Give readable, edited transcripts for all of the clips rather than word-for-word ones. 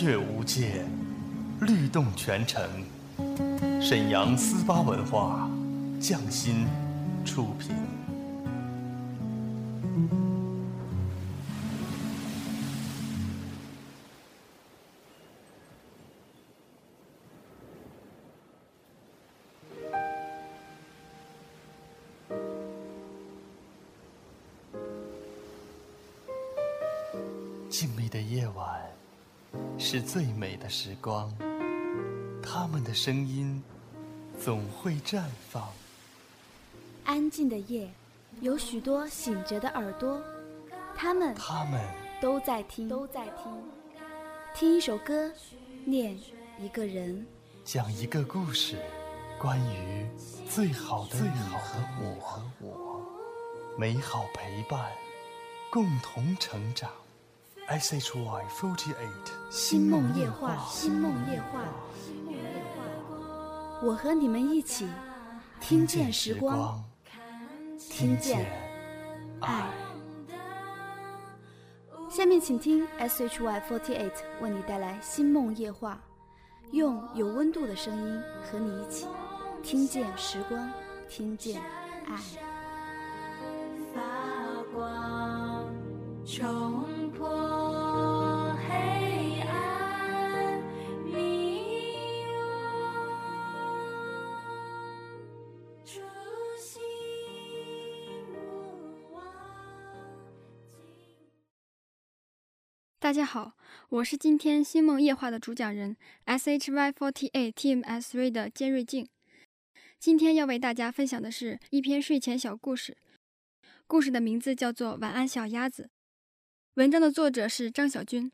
乐无界，律动全城。沈阳思巴文化匠心出品。静谧的夜晚是最美的时光，他们的声音总会绽放。 安静的夜，有许多醒着的耳朵，他们都在听。听一首歌，念一个人， 讲一个故事，关于最好的我，美好陪伴，共同成长。SHY48 星梦夜话，我和你们一起听见时光，听见爱。下面请听 SHY48 为你带来星梦夜话，用有温度的声音和你一起听见时光，听见爱。 发光冲破黑暗迷惘，初心勿忘。 大家好，我是今天星梦夜话的主讲人 SHY48 Team S3 的尖锐静。今天要为大家分享的是一篇睡前小故事，故事的名字叫做《晚安小鸭子》。文章的作者是张小军。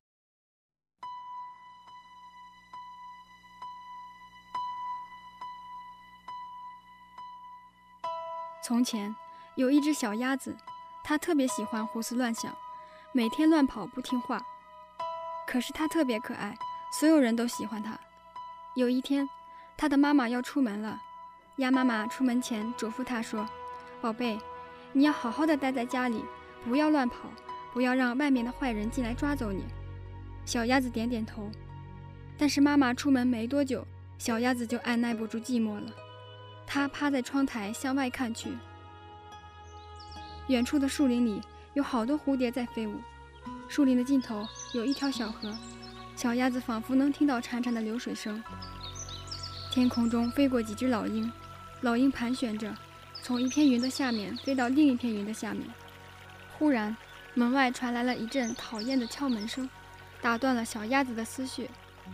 从前有一只小鸭子，它特别喜欢胡思乱想，每天乱跑不听话。可是它特别可爱，所有人都喜欢它。有一天，它的妈妈要出门了，鸭妈妈出门前嘱咐它说：“宝贝，你要好好的待在家里，不要乱跑，不要让外面的坏人进来抓走你。”小鸭子点点头。但是妈妈出门没多久，小鸭子就按耐不住寂寞了。它趴在窗台向外看去，远处的树林里有好多蝴蝶在飞舞，树林的尽头有一条小河，小鸭子仿佛能听到潺潺的流水声。天空中飞过几只老鹰，老鹰盘旋着，从一片云的下面飞到另一片云的下面。忽然，门外传来了一阵讨厌的敲门声，打断了小鸭子的思绪。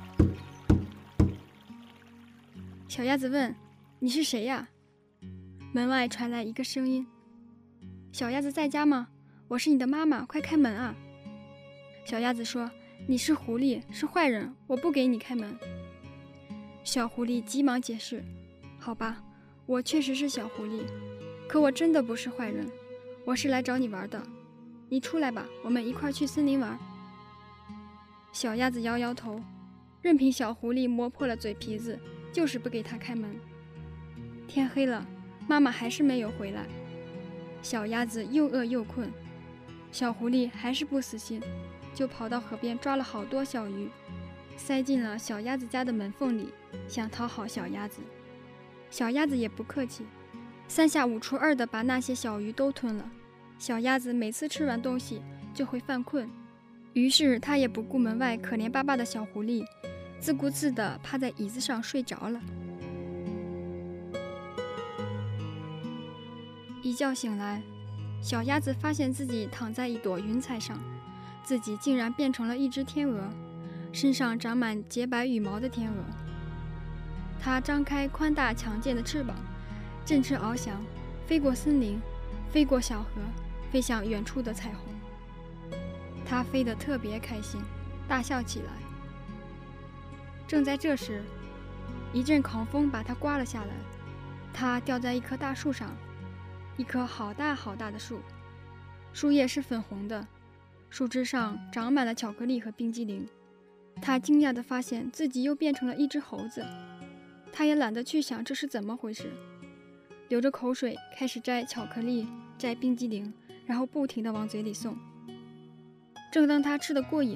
小鸭子问：“你是谁呀？”门外传来一个声音：“小鸭子在家吗？我是你的妈妈，快开门啊！”小鸭子说：“你是狐狸，是坏人，我不给你开门。”小狐狸急忙解释：“好吧，我确实是小狐狸，可我真的不是坏人，我是来找你玩的。你出来吧，我们一块去森林玩。”小鸭子摇摇头，任凭小狐狸磨破了嘴皮子，就是不给它开门。天黑了，妈妈还是没有回来。小鸭子又饿又困，小狐狸还是不死心，就跑到河边抓了好多小鱼，塞进了小鸭子家的门缝里，想讨好小鸭子。小鸭子也不客气，三下五除二地把那些小鱼都吞了。小鸭子每次吃完东西就会犯困，于是它也不顾门外可怜巴巴的小狐狸，自顾自地趴在椅子上睡着了。一觉醒来，小鸭子发现自己躺在一朵云彩上，自己竟然变成了一只天鹅，身上长满洁白羽毛的天鹅。它张开宽大强健的翅膀，振翅翱翔，飞过森林，飞过小河，飞向远处的彩虹。它飞得特别开心，大笑起来。正在这时，一阵狂风把它刮了下来，它掉在一棵大树上，一棵好大好大的树，树叶是粉红的，树枝上长满了巧克力和冰激凌。它惊讶地发现自己又变成了一只猴子，它也懒得去想这是怎么回事，流着口水开始摘巧克力，摘冰激凌，然后不停地往嘴里送。正当他吃得过瘾，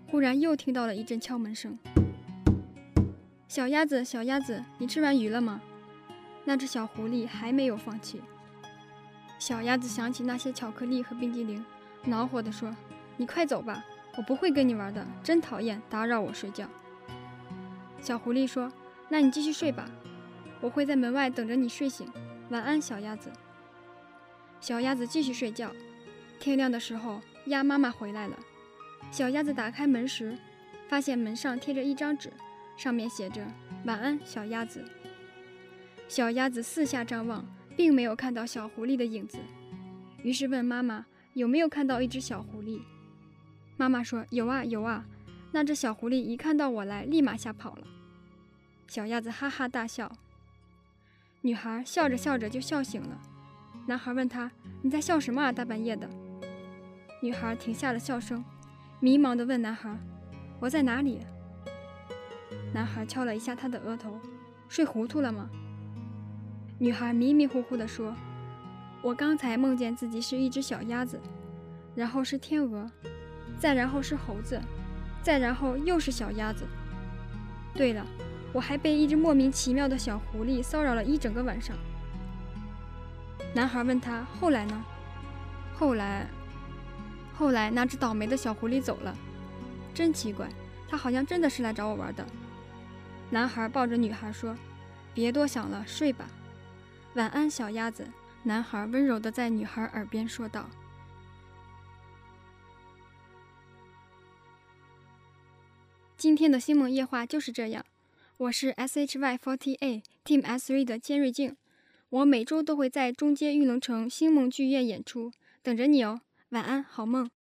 忽然又听到了一阵敲门声。小鸭子，小鸭子，你吃完鱼了吗？那只小狐狸还没有放弃。小鸭子想起那些巧克力和冰激凌，恼火地说：你快走吧，我不会跟你玩的，真讨厌，打扰我睡觉。小狐狸说：那你继续睡吧，我会在门外等着你睡醒，晚安，小鸭子。小鸭子继续睡觉。天亮的时候，鸭妈妈回来了。小鸭子打开门时，发现门上贴着一张纸，上面写着晚安，小鸭子。小鸭子四下张望，并没有看到小狐狸的影子，于是问妈妈有没有看到一只小狐狸。妈妈说有啊有啊，那只小狐狸一看到我来，立马吓跑了。小鸭子哈哈大笑。女孩笑着笑着就笑醒了。男孩问她：你在笑什么啊，大半夜的？女孩停下了笑声，迷茫地问男孩：我在哪里？男孩敲了一下她的额头：睡糊涂了吗？女孩迷迷糊糊地说：我刚才梦见自己是一只小鸭子，然后是天鹅，再然后是猴子，再然后又是小鸭子。对了，我还被一只莫名其妙的小狐狸骚扰了一整个晚上。男孩问他：后来呢？后来那只倒霉的小狐狸走了。真奇怪，他好像真的是来找我玩的。男孩抱着女孩说：别多想了，睡吧。晚安，小鸭子。男孩温柔地在女孩耳边说道。今天的星梦夜话就是这样。我是 SHY48 Team S3 的千瑞静，我每周都会在中街玉龙城星梦剧院演出，等着你哦。晚安，好梦。